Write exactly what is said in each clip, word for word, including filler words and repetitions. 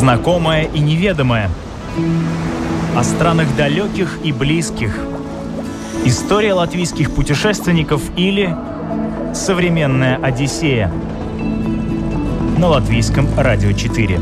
Знакомое и неведомое. О странах далеких и близких. История латвийских путешественников или современная Одиссея. На Латвийском радио четыре.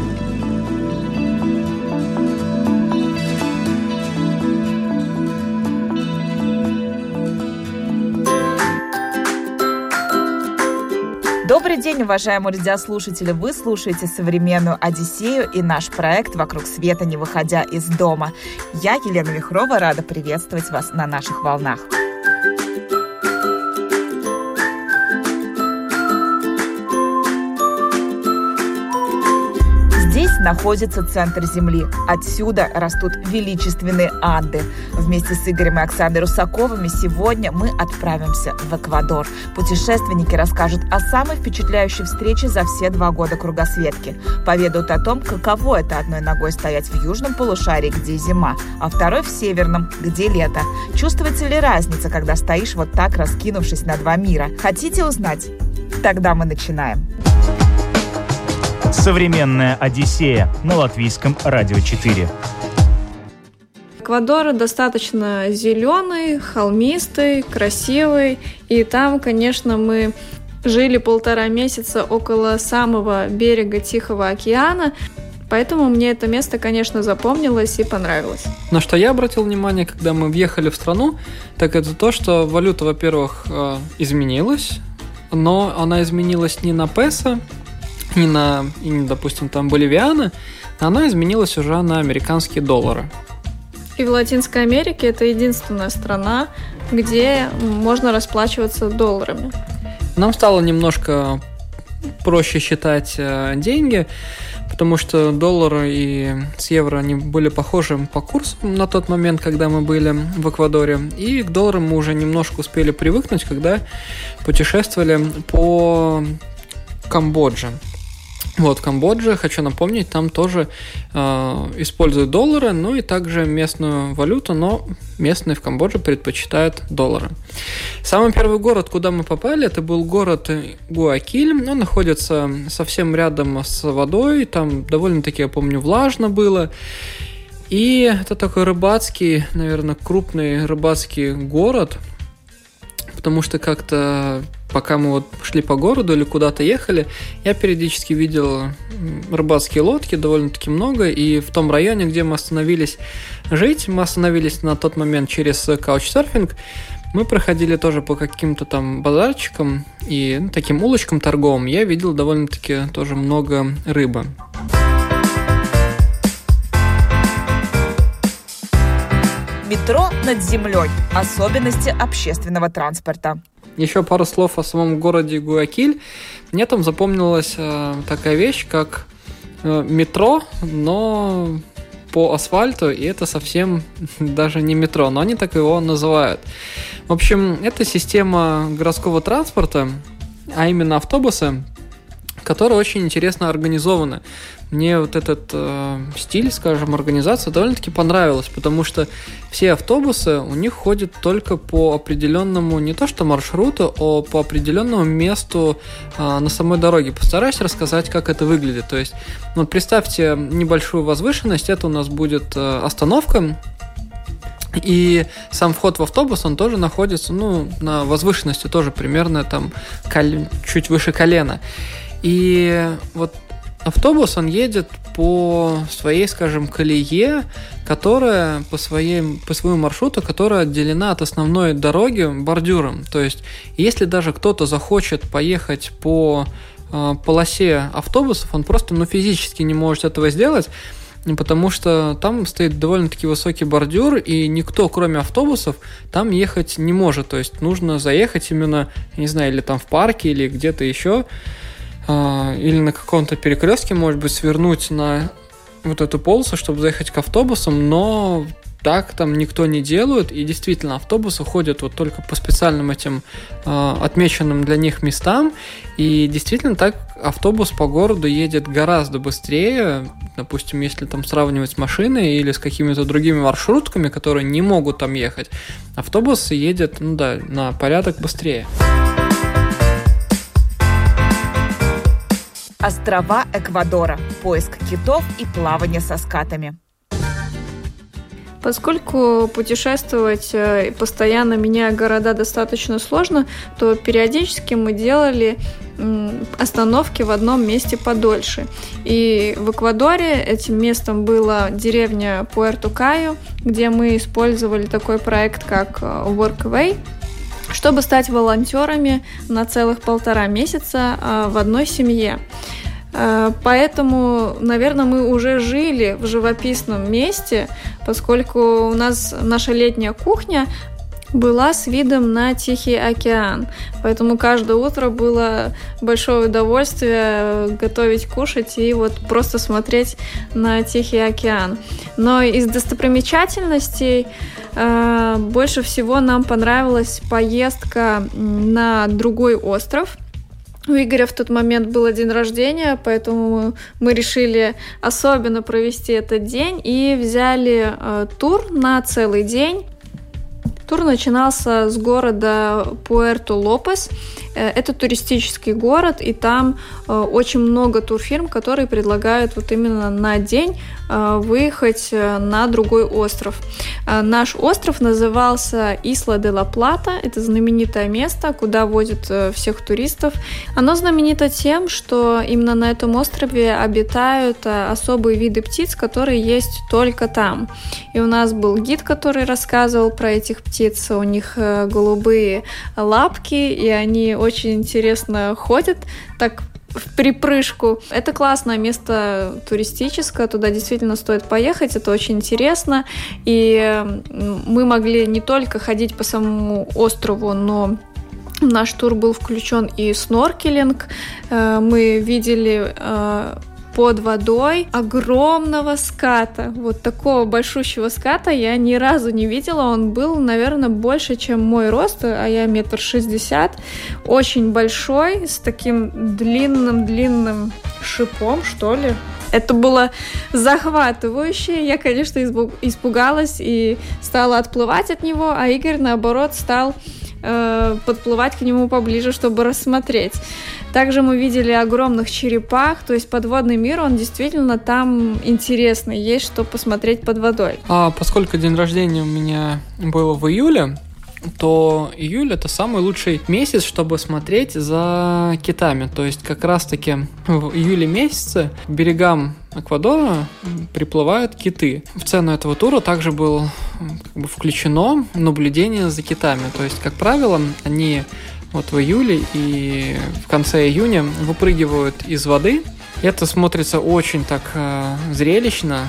Добрый день, уважаемые радиослушатели! Вы слушаете «Современную Одиссею» и наш проект «Вокруг света, не выходя из дома». Я, Елена Вихрова, рада приветствовать вас на наших волнах. Здесь находится центр Земли. Отсюда растут величественные Анды. Вместе с Игорем и Оксаной Русаковыми сегодня мы отправимся в Эквадор. Путешественники расскажут о самой впечатляющей встрече за все два года кругосветки. Поведают о том, каково это одной ногой стоять в южном полушарии, где зима, а второй в северном, где лето. Чувствуется ли разница, когда стоишь вот так, раскинувшись на два мира? Хотите узнать? Тогда мы начинаем. Современная Одиссея на Латвийском радио четыре. Эквадор достаточно зеленый, холмистый, красивый. И там, конечно, мы жили полтора месяца около самого берега Тихого океана. Поэтому мне это место, конечно, запомнилось и понравилось. На что я обратил внимание, когда мы въехали в страну, так это то, что валюта, во-первых, изменилась, но она изменилась не на песо, не на, не, допустим, там боливианы, она изменилась уже на американские доллары. И в Латинской Америке это единственная страна, где можно расплачиваться долларами. Нам стало немножко проще считать э, деньги, потому что доллар и с евро они были похожи по курсу на тот момент, когда мы были в Эквадоре. И к доллару мы уже немножко успели привыкнуть, когда путешествовали по Камбодже. Вот, в Камбодже, хочу напомнить, там тоже э, используют доллары, ну и также местную валюту, но местные в Камбодже предпочитают доллары. Самый первый город, куда мы попали, это был город Гуакиль. Он находится совсем рядом с водой, там довольно-таки, я помню, влажно было. И это такой рыбацкий, наверное, крупный рыбацкий город, потому что как-то пока мы вот шли по городу или куда-то ехали, я периодически видел рыбацкие лодки, довольно-таки много, и в том районе, где мы остановились жить, мы остановились на тот момент через каучсерфинг, мы проходили тоже по каким-то там базарчикам и ну, таким улочкам торговым, я видел довольно-таки тоже много рыбы. Метро над землей. Особенности общественного транспорта. Еще пару слов о самом городе Гуакиль. Мне там запомнилась э, такая вещь, как э, метро, но по асфальту, и это совсем даже не метро, но они так его называют. В общем, это система городского транспорта, а именно автобусы, которые очень интересно организованы. Мне вот этот э, стиль, скажем, организации довольно-таки понравилось, потому что все автобусы у них ходят только по определенному, не то что маршруту, а по определенному месту э, на самой дороге. Постараюсь рассказать, как это выглядит. То есть, вот представьте небольшую возвышенность, это у нас будет э, остановка, и сам вход в автобус, он тоже находится, ну, на возвышенности тоже примерно там кол- чуть выше колена. И вот автобус, он едет по своей, скажем, колее, которая по, своей, по своему маршруту, которая отделена от основной дороги бордюром. То есть, если даже кто-то захочет поехать по э, полосе автобусов, он просто ну, физически не может этого сделать, потому что там стоит довольно-таки высокий бордюр, и никто, кроме автобусов, там ехать не может. То есть, нужно заехать именно, не знаю, или там в парке, или где-то еще, или на каком-то перекрестке, может быть, свернуть на вот эту полосу, чтобы заехать к автобусам, но так там никто не делает, и действительно автобусы ходят вот только по специальным этим э, отмеченным для них местам, и действительно так автобус по городу едет гораздо быстрее, допустим, если там сравнивать с машиной или с какими-то другими маршрутками, которые не могут там ехать, автобус едет, ну да, на порядок быстрее. Острова Эквадора, поиск китов и плавание со скатами. Поскольку путешествовать и постоянно меняя города достаточно сложно, то периодически мы делали остановки в одном месте подольше. И в Эквадоре этим местом была деревня Пуэрто-Кайо, где мы использовали такой проект, как Workaway, чтобы стать волонтерами на целых полтора месяца в одной семье. Поэтому, наверное, мы уже жили в живописном месте, поскольку у нас наша летняя кухня была с видом на Тихий океан. Поэтому каждое утро было большое удовольствие готовить, кушать и вот просто смотреть на Тихий океан. Но из достопримечательностей э, больше всего нам понравилась поездка на другой остров. У Игоря в тот момент был день рождения, поэтому мы решили особенно провести этот день и взяли э, тур на целый день. Тур начинался с города Пуэрто-Лопес. Это туристический город, и там очень много турфирм, которые предлагают вот именно на день выехать на другой остров. Наш остров назывался Исла де ла Плата. Это знаменитое место, куда возят всех туристов. Оно знаменито тем, что именно на этом острове обитают особые виды птиц, которые есть только там. И у нас был гид, который рассказывал про этих птиц. У них голубые лапки, и они очень интересно ходят, так в припрыжку. Это классное место туристическое, туда действительно стоит поехать, это очень интересно. И мы могли не только ходить по самому острову, но в наш тур был включен и сноркелинг. Мы видели под водой огромного ската. Вот такого большущего ската я ни разу не видела. Он был, наверное, больше, чем мой рост, а я метр шестьдесят. Очень большой, с таким длинным-длинным шипом, что ли. Это было захватывающе. Я, конечно, испугалась и стала отплывать от него, а Игорь, наоборот, стал э, подплывать к нему поближе, чтобы рассмотреть. Также мы видели огромных черепах, то есть подводный мир, он действительно там интересный, есть что посмотреть под водой. А поскольку день рождения у меня был в июле, то июль – это самый лучший месяц, чтобы смотреть за китами. То есть как раз-таки в июле месяце к берегам Эквадора приплывают киты. В цену этого тура также было как бы включено наблюдение за китами. То есть, как правило, они вот в июле и в конце июня выпрыгивают из воды. Это смотрится очень так э, зрелищно.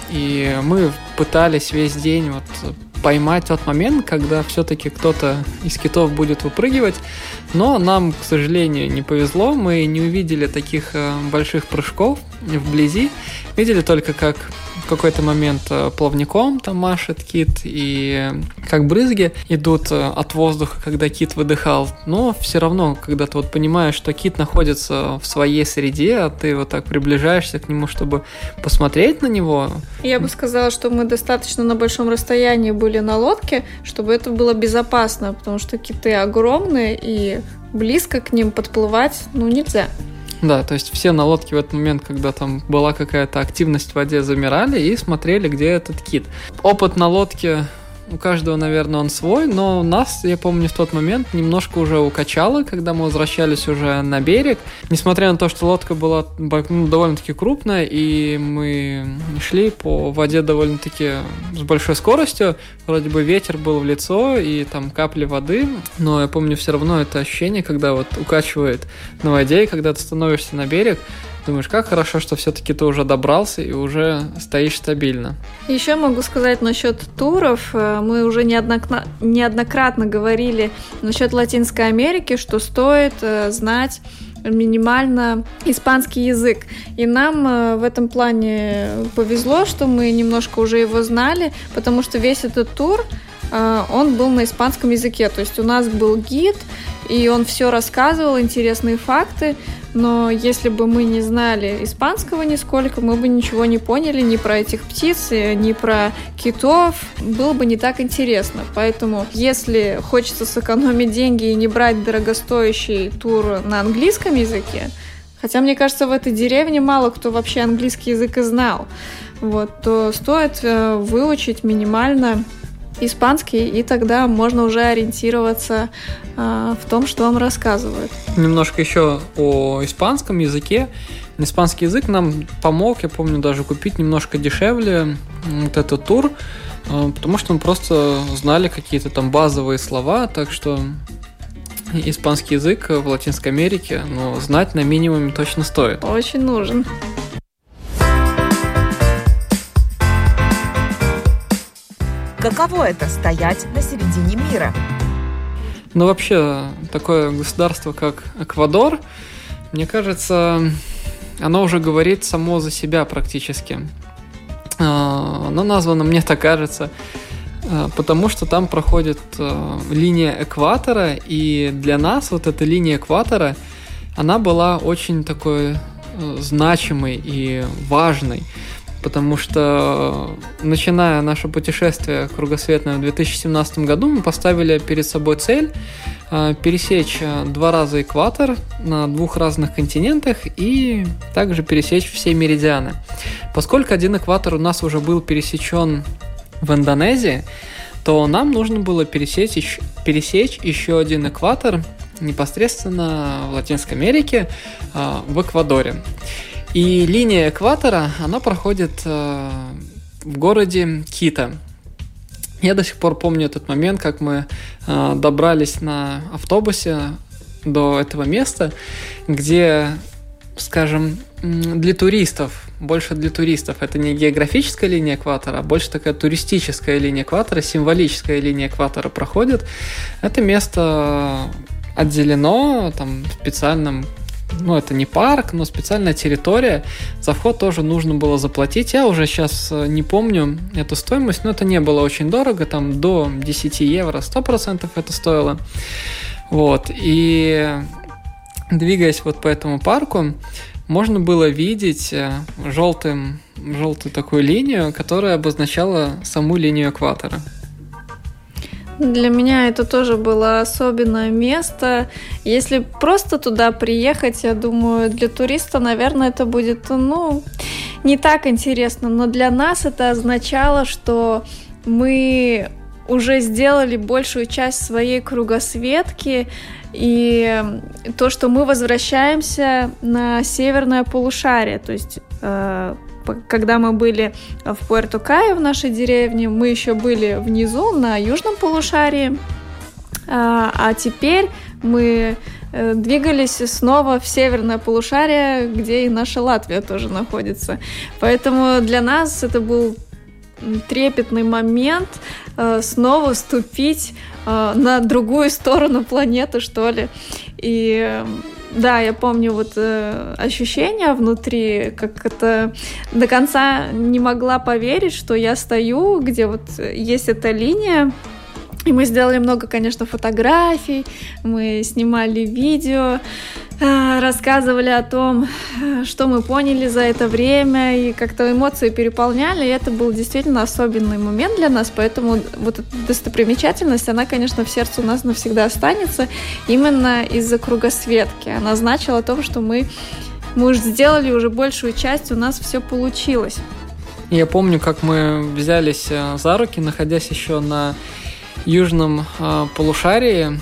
И мы пытались весь день вот поймать тот момент, когда все-таки кто-то из китов будет выпрыгивать. Но нам, к сожалению, не повезло. Мы не увидели таких э, больших прыжков вблизи. Видели только, как в какой-то момент плавником там машет кит, и как брызги идут от воздуха, когда кит выдыхал. Но все равно, когда ты вот понимаешь, что кит находится в своей среде, а ты вот так приближаешься к нему, чтобы посмотреть на него. Я бы сказала, что мы достаточно на большом расстоянии были на лодке, чтобы это было безопасно, потому что киты огромные, и близко к ним подплывать, ну, нельзя. Да, то есть все на лодке в этот момент, когда там была какая-то активность в воде, замирали и смотрели, где этот кит. Опыт на лодке у каждого, наверное, он свой, но нас, я помню, в тот момент немножко уже укачало, когда мы возвращались уже на берег. Несмотря на то, что лодка была ну, довольно-таки крупная, и мы шли по воде довольно-таки с большой скоростью, вроде бы ветер был в лицо, и там капли воды, но я помню все равно это ощущение, когда вот укачивает на воде, и когда ты становишься на берег, думаешь, как хорошо, что все-таки ты уже добрался и уже стоишь стабильно. Еще могу сказать насчет туров. Мы уже неоднократно, неоднократно говорили насчет Латинской Америки, что стоит знать минимально испанский язык. И нам в этом плане повезло, что мы немножко уже его знали, потому что весь этот тур, он был на испанском языке. То есть у нас был гид, и он все рассказывал, интересные факты, но если бы мы не знали испанского нисколько, мы бы ничего не поняли ни про этих птиц, ни про китов, было бы не так интересно. Поэтому, если хочется сэкономить деньги и не брать дорогостоящий тур на английском языке, хотя, мне кажется, в этой деревне мало кто вообще английский язык и знал, вот, то стоит выучить минимально испанский, и тогда можно уже ориентироваться э, в том, что вам рассказывают. Немножко еще о испанском языке. Испанский язык нам помог, я помню, даже купить немножко дешевле вот этот тур, э, потому что мы просто знали какие-то там базовые слова, так что испанский язык в Латинской Америке, ну, знать на минимуме точно стоит. Очень нужен. Каково это – стоять на середине мира? Ну, вообще, такое государство, как Эквадор, мне кажется, оно уже говорит само за себя практически. Оно названо, мне так кажется, потому что там проходит линия экватора, и для нас вот эта линия экватора, она была очень такой значимой и важной. Потому что, начиная наше путешествие кругосветное в две тысячи семнадцатом году, мы поставили перед собой цель э, пересечь два раза экватор на двух разных континентах и также пересечь все меридианы. Поскольку один экватор у нас уже был пересечен в Индонезии, то нам нужно было пересечь, пересечь еще один экватор непосредственно в Латинской Америке, э, в Эквадоре. И линия экватора, она проходит э, в городе Кито. Я до сих пор помню этот момент, как мы э, добрались на автобусе до этого места, где, скажем, для туристов, больше для туристов, это не географическая линия экватора, а больше такая туристическая линия экватора, символическая линия экватора проходит. Это место отделено там специальным, ну, это не парк, но специальная территория. За вход тоже нужно было заплатить. Я уже сейчас не помню эту стоимость, но это не было очень дорого. Там до десять евро, сто процентов это стоило. Вот. И двигаясь вот по этому парку, можно было видеть желтым, желтую такую линию, которая обозначала саму линию экватора. Для меня это тоже было особенное место. Если просто туда приехать, я думаю, для туриста, наверное, это будет, ну, не так интересно. Но для нас это означало, что мы уже сделали большую часть своей кругосветки, и то, что мы возвращаемся на северное полушарие, то есть когда мы были в Пуэрто-Кайо, в нашей деревне, мы еще были внизу, на южном полушарии, а теперь мы двигались снова в северное полушарие, где и наша Латвия тоже находится. Поэтому для нас это был трепетный момент снова ступить на другую сторону планеты, что ли. И да, я помню вот э, ощущения внутри, как это до конца не могла поверить, что я стою, где вот есть эта линия. И мы сделали много, конечно, фотографий, мы снимали видео, э, рассказывали о том, что мы поняли за это время, и как-то эмоции переполняли, и это был действительно особенный момент для нас, поэтому вот эта достопримечательность, она, конечно, в сердце у нас навсегда останется именно из-за кругосветки. Она значила о том, что мы, мы уже сделали уже большую часть, у нас все получилось. Я помню, как мы взялись за руки, находясь еще на южном э, полушарии,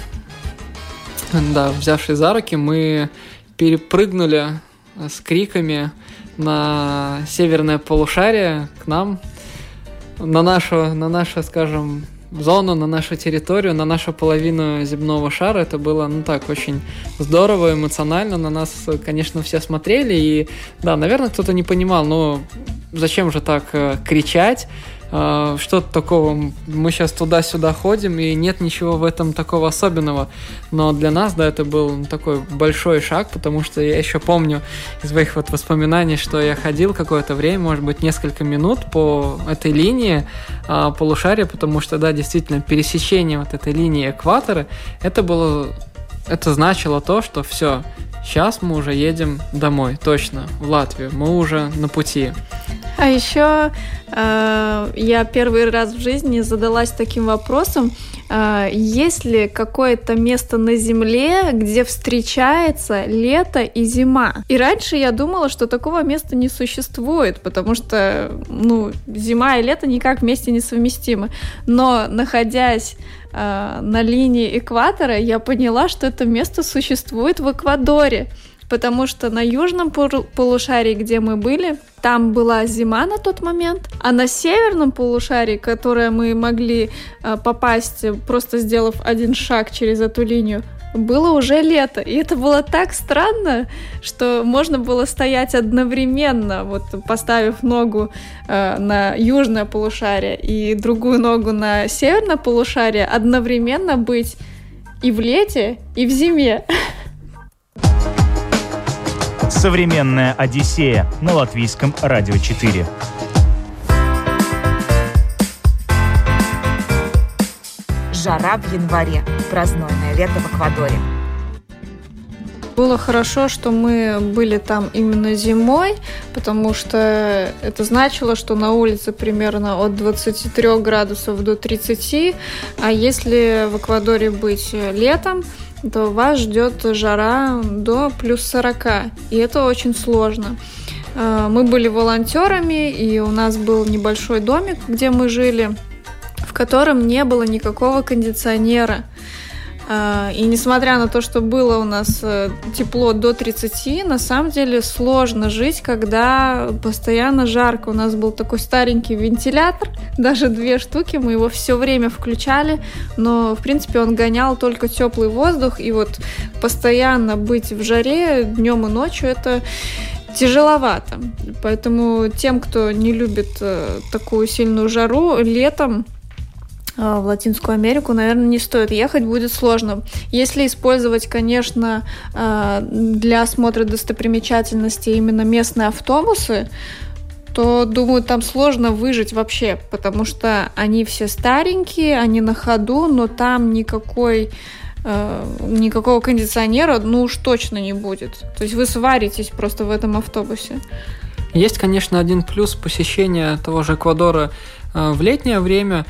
да, взявшись за руки, мы перепрыгнули с криками на северное полушарие к нам, на нашу, на нашу, скажем, зону, на нашу территорию, на нашу половину земного шара. Это было, ну так, очень здорово, эмоционально. На нас, конечно, все смотрели, и, да, наверное, кто-то не понимал, ну, зачем же так э, кричать, что-то такого, мы сейчас туда-сюда ходим, и нет ничего в этом такого особенного. Но для нас, да, это был такой большой шаг, потому что я еще помню из своих вот воспоминаний, что я ходил какое-то время, может быть, несколько минут по этой линии а, полушария, потому что, да, действительно, пересечение вот этой линии экватора, это было, это значило то, что все, сейчас мы уже едем домой, точно, в Латвию, мы уже на пути. А еще э, я первый раз в жизни задалась таким вопросом, э, есть ли какое-то место на Земле, где встречается лето и зима? И раньше я думала, что такого места не существует, потому что ну, зима и лето никак вместе не совместимы. Но находясь э, на линии экватора, я поняла, что это место существует в Эквадоре. Потому что на южном полушарии, где мы были, там была зима на тот момент, а на северном полушарии, которое мы могли э, попасть, просто сделав один шаг через эту линию, было уже лето. И это было так странно, что можно было стоять одновременно, вот поставив ногу э, на южное полушарие и другую ногу на северное полушарие, одновременно быть и в лете, и в зиме. Современная Одиссея на Латвийском радио четыре. Жара в январе. Прознойное лето в Эквадоре. Было хорошо, что мы были там именно зимой, потому что это значило, что на улице примерно от двадцати трёх градусов до тридцати, а если в Эквадоре быть летом, то вас ждет жара до плюс сорока, и это очень сложно. Мы были волонтерами, и у нас был небольшой домик, где мы жили, в котором не было никакого кондиционера. И несмотря на то, что было у нас тепло до тридцати, на самом деле сложно жить, когда постоянно жарко. У нас был такой старенький вентилятор, даже две штуки, мы его все время включали, но в принципе он гонял только теплый воздух, и вот постоянно быть в жаре днем и ночью — это тяжеловато. Поэтому тем, кто не любит такую сильную жару, летом в Латинскую Америку, наверное, не стоит ехать, будет сложно. Если использовать, конечно, для осмотра достопримечательностей именно местные автобусы, то, думаю, там сложно выжить вообще, потому что они все старенькие, они на ходу, но там никакой, никакого кондиционера, ну уж точно не будет. То есть вы сваритесь просто в этом автобусе. Есть, конечно, один плюс посещения того же Эквадора в летнее время.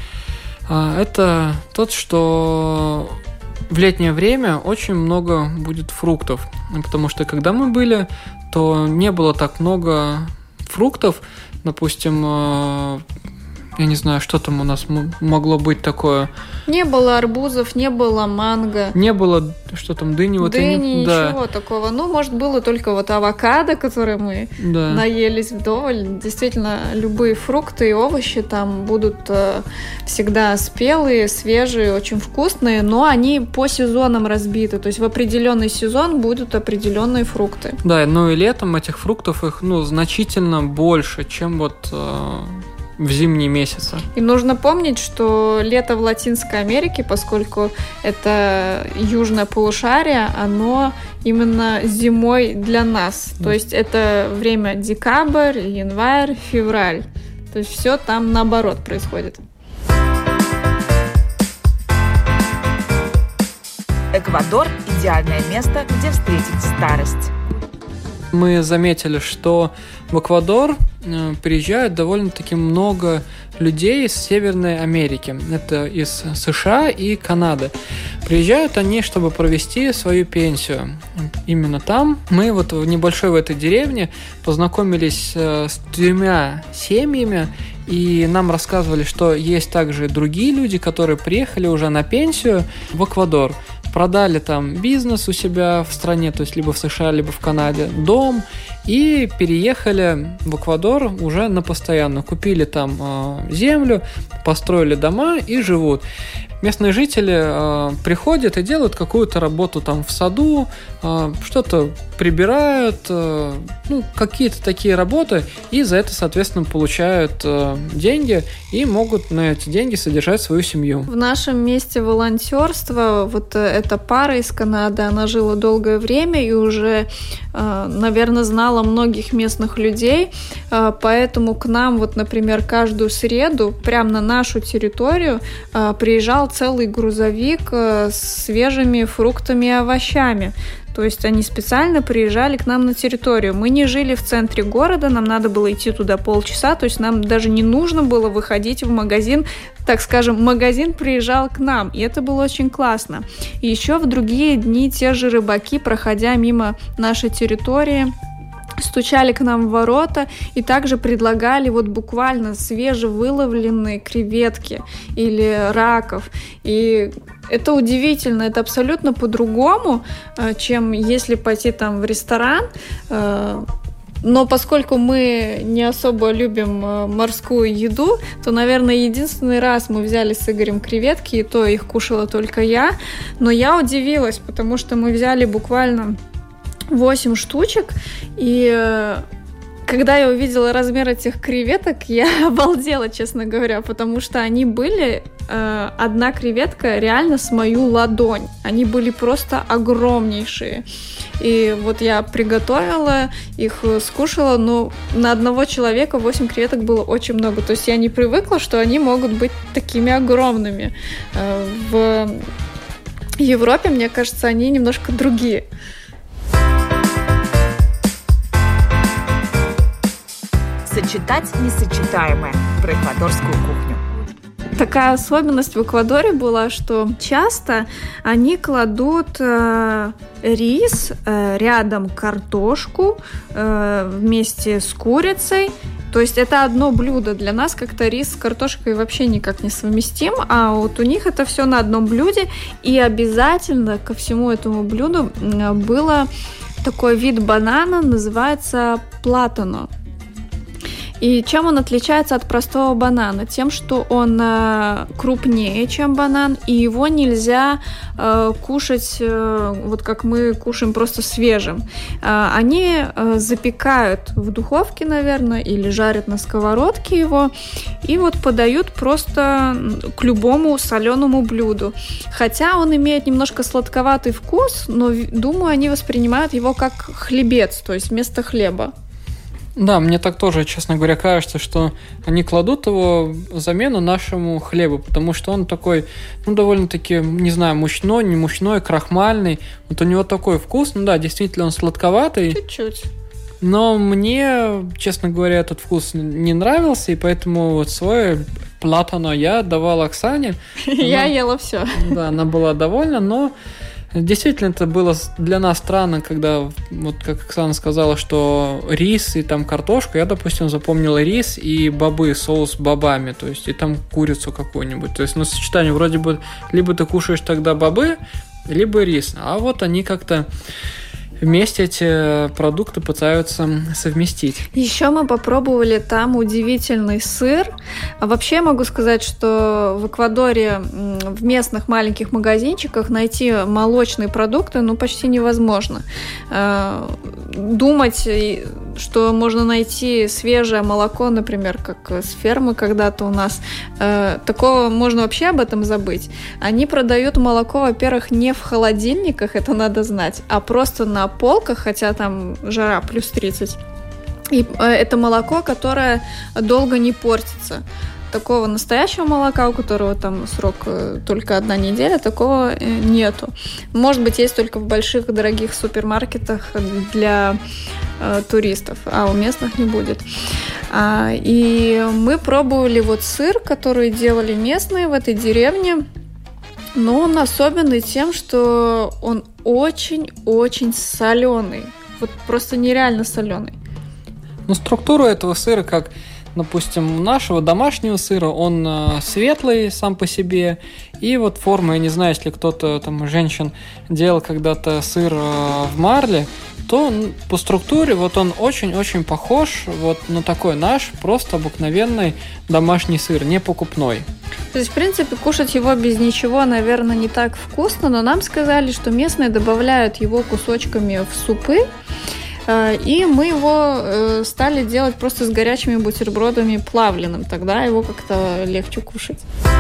Это тот, что в летнее время очень много будет фруктов, потому что когда мы были, то не было так много фруктов, допустим, я не знаю, что там у нас могло быть такое. Не было арбузов, не было манго. Не было, что там, дыни. Вот дыни, не... ничего да. такого. Ну, может, было только вот авокадо, которые мы да. наелись вдоволь. Действительно, любые фрукты и овощи там будут э, всегда спелые, свежие, очень вкусные, но они по сезонам разбиты. То есть в определенный сезон будут определенные фрукты. Да, ну и летом этих фруктов их ну, значительно больше, чем вот... Э... в зимние месяцы. И нужно помнить, что лето в Латинской Америке, поскольку это южное полушарие, оно именно зимой для нас. Mm. То есть это время декабрь, январь, февраль. То есть все там наоборот происходит. Эквадор – идеальное место, где встретить старость. Мы заметили, что в Эквадор приезжают довольно-таки много людей из Северной Америки. Это из США и Канады. Приезжают они, чтобы провести свою пенсию. Именно там мы вот в небольшой в этой деревне познакомились с тремя семьями, и нам рассказывали, что есть также другие люди, которые приехали уже на пенсию в Эквадор. Продали там бизнес у себя в стране, то есть либо в США, либо в Канаде, дом, и переехали в Эквадор уже на постоянно. Купили там э, землю, построили дома и живут. Местные жители э, приходят и делают какую-то работу там в саду, э, что-то прибирают, э, ну, какие-то такие работы, и за это, соответственно, получают э, деньги и могут на эти деньги содержать свою семью. В нашем месте волонтерства вот эта пара из Канады, она жила долгое время и уже, э, наверное, знала многих местных людей, э, поэтому к нам, вот, например, каждую среду прямо на нашу территорию э, приезжал целый грузовик с свежими фруктами и овощами. То есть они специально приезжали к нам на территорию. Мы не жили в центре города, нам надо было идти туда полчаса, то есть нам даже не нужно было выходить в магазин, так скажем, магазин приезжал к нам, и это было очень классно. И еще в другие дни те же рыбаки, проходя мимо нашей территории, стучали к нам в ворота и также предлагали вот буквально свежевыловленные креветки или раков. И это удивительно, это абсолютно по-другому, чем если пойти там в ресторан. Но поскольку мы не особо любим морскую еду, то, наверное, единственный раз мы взяли с Игорем креветки, и то их кушала только я. Но я удивилась, потому что мы взяли буквально восемь штучек, и когда я увидела размер этих креветок, я обалдела, честно говоря, потому что они были, э, одна креветка реально с мою ладонь. Они были просто огромнейшие. И вот я приготовила их, скушала, но на одного человека восемь креветок было очень много. То есть я не привыкла, что они могут быть такими огромными. Э, в Европе, мне кажется, они немножко другие. Сочетать несочетаемое про эквадорскую кухню. Такая особенность в Эквадоре была, что часто они кладут э, рис, э, рядом картошку э, вместе с курицей. То есть это одно блюдо. Для нас как-то рис с картошкой вообще никак не совместим, а вот у них это все на одном блюде. И обязательно ко всему этому блюду было такой вид банана, называется платано. И чем он отличается от простого банана? Тем, что он э, крупнее, чем банан, и его нельзя э, кушать, э, вот как мы кушаем, просто свежим. Э, они э, запекают в духовке, наверное, или жарят на сковородке его, и вот подают просто к любому соленому блюду. Хотя он имеет немножко сладковатый вкус, но, думаю, они воспринимают его как хлебец, то есть вместо хлеба. Да, мне так тоже, честно говоря, кажется, что они кладут его в замену нашему хлебу, потому что он такой, ну, довольно-таки, не знаю, мучной, не мучной, крахмальный. Вот у него такой вкус, ну да, действительно он сладковатый. Чуть-чуть. Но мне, честно говоря, этот вкус не нравился, и поэтому вот свой платано я давал Оксане. Я ела все. Да, она была довольна, но... Действительно, это было для нас странно, когда, вот как Оксана сказала, что рис и там картошка, я, допустим, запомнил рис и бобы, соус с бобами, то есть и там курицу какую-нибудь. То есть, ну, сочетание вроде бы либо ты кушаешь тогда бобы, либо рис, а вот они как-то вместе эти продукты пытаются совместить. Еще мы попробовали там удивительный сыр. А вообще могу сказать, что в Эквадоре в местных маленьких магазинчиках найти молочные продукты ну почти невозможно. Думать, что можно найти свежее молоко, например, как с фермы когда-то у нас, такого можно вообще об этом забыть. Они продают молоко, во-первых, не в холодильниках, это надо знать, а просто на полках, хотя там жара плюс тридцать. И это молоко, которое долго не портится. Такого настоящего молока, у которого там срок только одна неделя, такого нету. Может быть, есть только в больших дорогих супермаркетах для э, туристов, а у местных не будет. А, и мы пробовали вот сыр, который делали местные в этой деревне. Но он особенный тем, что он очень-очень соленый. Вот просто нереально соленый. Ну, структура этого сыра, как, допустим, у нашего домашнего сыра, он э, светлый сам по себе. И вот форма, я не знаю, если кто-то там женщин делал когда-то сыр э, в марле, то он, по структуре вот он очень-очень похож вот на такой наш просто обыкновенный домашний сыр, не покупной. То есть, в принципе, кушать его без ничего, наверное, не так вкусно, но нам сказали, что местные добавляют его кусочками в супы, и мы его стали делать просто с горячими бутербродами плавленым, тогда его как-то легче кушать.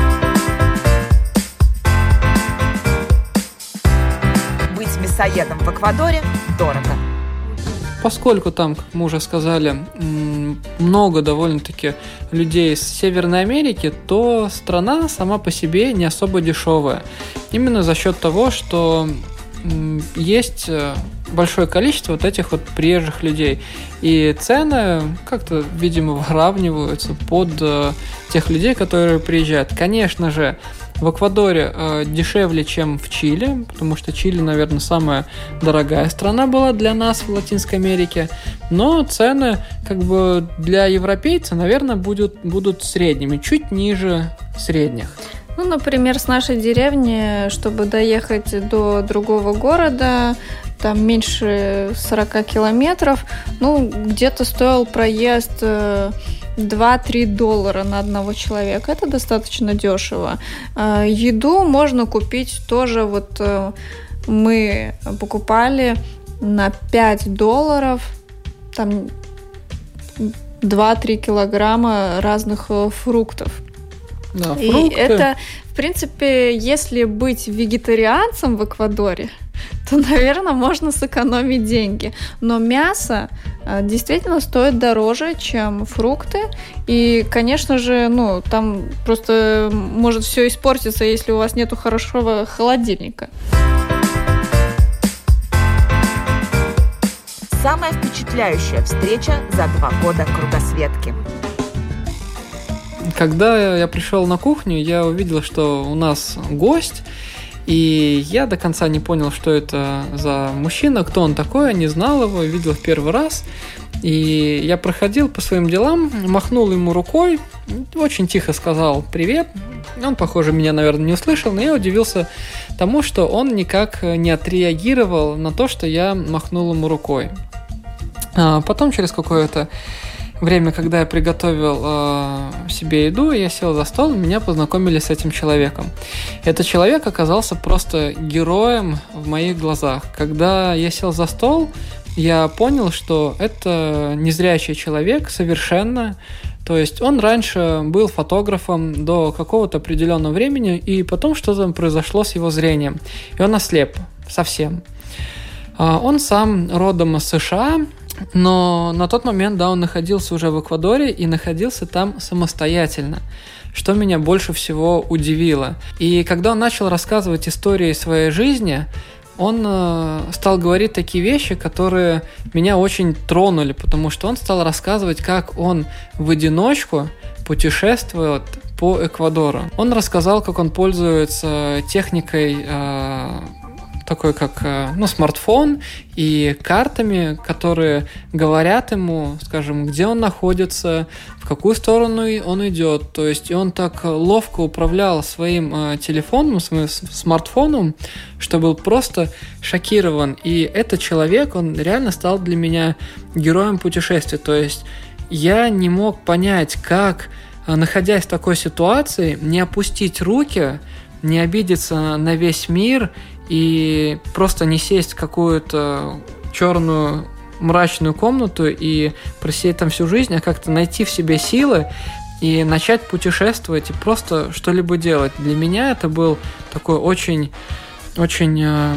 Быть мясоедом в Эквадоре дорого. Поскольку там, как мы уже сказали, много довольно-таки людей из Северной Америки, то страна сама по себе не особо дешевая. Именно за счет того, что есть большое количество вот этих вот приезжих людей. И цены как-то, видимо, выравниваются под тех людей, которые приезжают. Конечно же, в Эквадоре э, дешевле, чем в Чили, потому что Чили, наверное, самая дорогая страна была для нас в Латинской Америке. Но цены как бы для европейца, наверное, будут, будут средними, чуть ниже средних. Ну, например, с нашей деревни, чтобы доехать до другого города, там меньше сорок километров, ну, где-то стоил проезд два-три доллара на одного человека. Это достаточно дешево. Еду можно купить тоже, вот мы покупали на пять долларов, там два-три килограмма разных фруктов. Да, и фрукты. Это, в принципе, если быть вегетарианцем в Эквадоре, то, наверное, можно сэкономить деньги. Но мясо действительно стоит дороже, чем фрукты. И, конечно же, ну, там просто может все испортиться, если у вас нету хорошего холодильника. Самая впечатляющая встреча за два года кругосветки. Когда я пришел на кухню, я увидел, что у нас гость, и я до конца не понял, что это за мужчина, кто он такой, я не знал его, видел в первый раз. И я проходил по своим делам, махнул ему рукой, очень тихо сказал «привет». Он, похоже, меня, наверное, не услышал, но я удивился тому, что он никак не отреагировал на то, что я махнул ему рукой. А потом, через какое-то время, когда я приготовил э, себе еду, я сел за стол, и меня познакомили с этим человеком. Этот человек оказался просто героем в моих глазах. Когда я сел за стол, я понял, что это незрячий человек совершенно. То есть он раньше был фотографом до какого-то определенного времени, и потом что-то произошло с его зрением. И он ослеп совсем. Э, он сам родом из США, но на тот момент, да, он находился уже в Эквадоре и находился там самостоятельно, что меня больше всего удивило. И когда он начал рассказывать истории своей жизни, он э, стал говорить такие вещи, которые меня очень тронули, потому что он стал рассказывать, как он в одиночку путешествует по Эквадору. Он рассказал, как он пользуется техникой э, такой как ну, смартфон и картами, которые говорят ему, скажем, где он находится, в какую сторону он идет. То есть он так ловко управлял своим э, телефоном, своим смартфоном, что был просто шокирован. И этот человек, он реально стал для меня героем путешествия. То есть я не мог понять, как, находясь в такой ситуации, не опустить руки, не обидеться на весь мир и просто не сесть в какую-то черную мрачную комнату и просидеть там всю жизнь, а как-то найти в себе силы и начать путешествовать и просто что-либо делать. Для меня это был такой очень, очень э,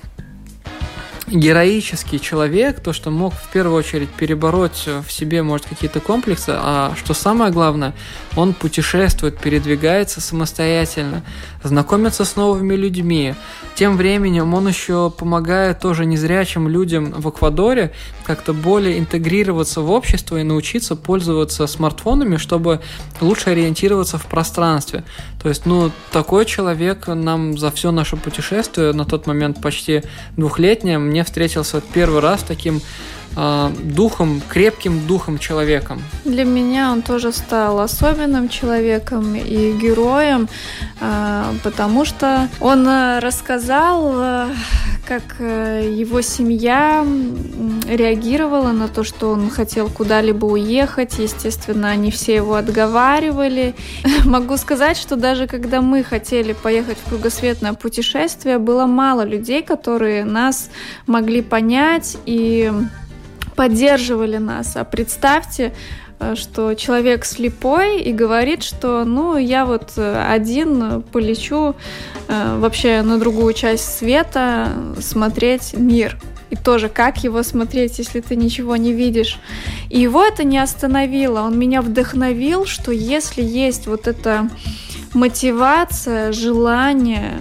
героический человек, то, что мог в первую очередь перебороть в себе, может, какие-то комплексы, а что самое главное, он путешествует, передвигается самостоятельно, знакомится с новыми людьми. Тем временем он еще помогает тоже незрячим людям в Эквадоре как-то более интегрироваться в общество и научиться пользоваться смартфонами, чтобы лучше ориентироваться в пространстве. То есть, ну, такой человек нам за все наше путешествие, на тот момент почти двухлетнее, мне встретился первый раз таким э, духом, крепким духом человеком. Для меня он тоже стал особенным человеком и героем, э, потому что он рассказал, э, как его семья реагировала на то, что он хотел куда-либо уехать. Естественно, они все его отговаривали. Могу сказать, что даже когда мы хотели поехать в кругосветное путешествие, было мало людей, которые нас могли понять и поддерживали нас. А представьте, что человек слепой и говорит, что ну я вот один полечу э, вообще на другую часть света смотреть мир. И тоже, как его смотреть, если ты ничего не видишь? И его это не остановило. Он меня вдохновил, что если есть вот эта мотивация, желание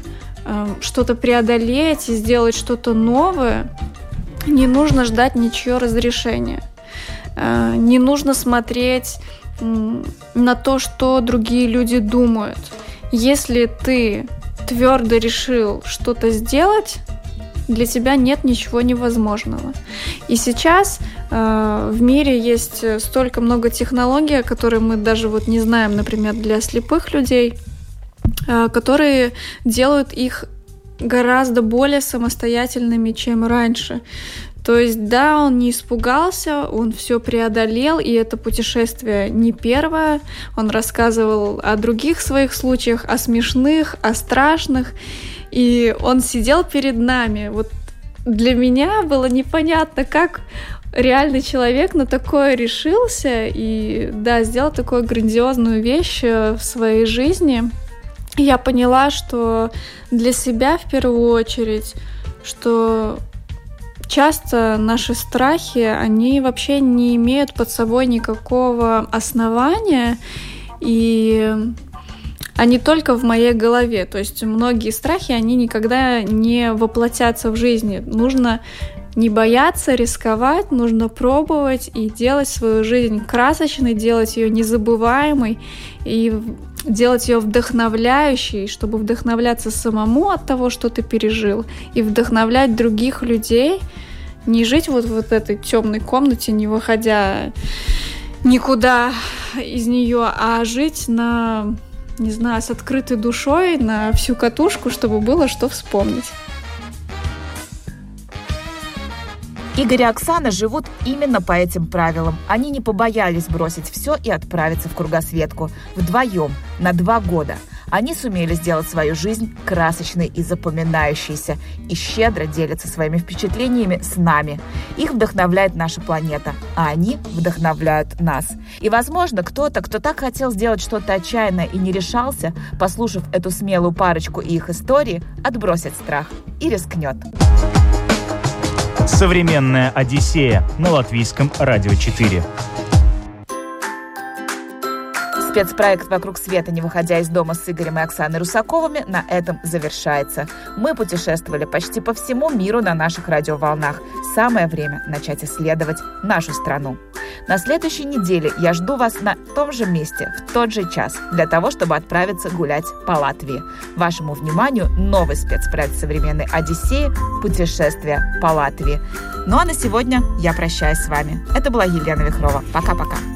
э, что-то преодолеть и сделать что-то новое, не нужно ждать ничьего разрешения. Э, не нужно смотреть э, на то, что другие люди думают. Если ты твердо решил что-то сделать, для тебя нет ничего невозможного. И сейчас э, в мире есть столько много технологий, которые мы даже вот не знаем, например, для слепых людей, э, которые делают их гораздо более самостоятельными, чем раньше. То есть, да, он не испугался, он все преодолел, и это путешествие не первое. Он рассказывал о других своих случаях, о смешных, о страшных. И он сидел перед нами. Вот для меня было непонятно, как реальный человек на такое решился и, да, сделал такую грандиозную вещь в своей жизни. И я поняла, что для себя в первую очередь, что часто наши страхи, они вообще не имеют под собой никакого основания, и они только в моей голове. То есть многие страхи, они никогда не воплотятся в жизни. Нужно не бояться, рисковать, нужно пробовать и делать свою жизнь красочной, делать ее незабываемой и делать ее вдохновляющей, чтобы вдохновляться самому от того, что ты пережил, и вдохновлять других людей, не жить вот в вот этой темной комнате, не выходя никуда из нее, а жить на, не знаю, с открытой душой, на всю катушку, чтобы было что вспомнить. Игорь и Оксана живут именно по этим правилам. Они не побоялись бросить все и отправиться в кругосветку. Вдвоем, на два года. Они сумели сделать свою жизнь красочной и запоминающейся, и щедро делятся своими впечатлениями с нами. Их вдохновляет наша планета, а они вдохновляют нас. И, возможно, кто-то, кто так хотел сделать что-то отчаянное и не решался, послушав эту смелую парочку и их истории, отбросит страх и рискнет. Современная Одиссея на Латвийском радио четыре. Спецпроект «Вокруг света, не выходя из дома» с Игорем и Оксаной Русаковыми на этом завершается. Мы путешествовали почти по всему миру на наших радиоволнах. Самое время начать исследовать нашу страну. На следующей неделе я жду вас на том же месте, в тот же час, для того, чтобы отправиться гулять по Латвии. Вашему вниманию новый спецпроект современной Одиссеи «Путешествие по Латвии». Ну а на сегодня я прощаюсь с вами. Это была Елена Вихрова. Пока-пока.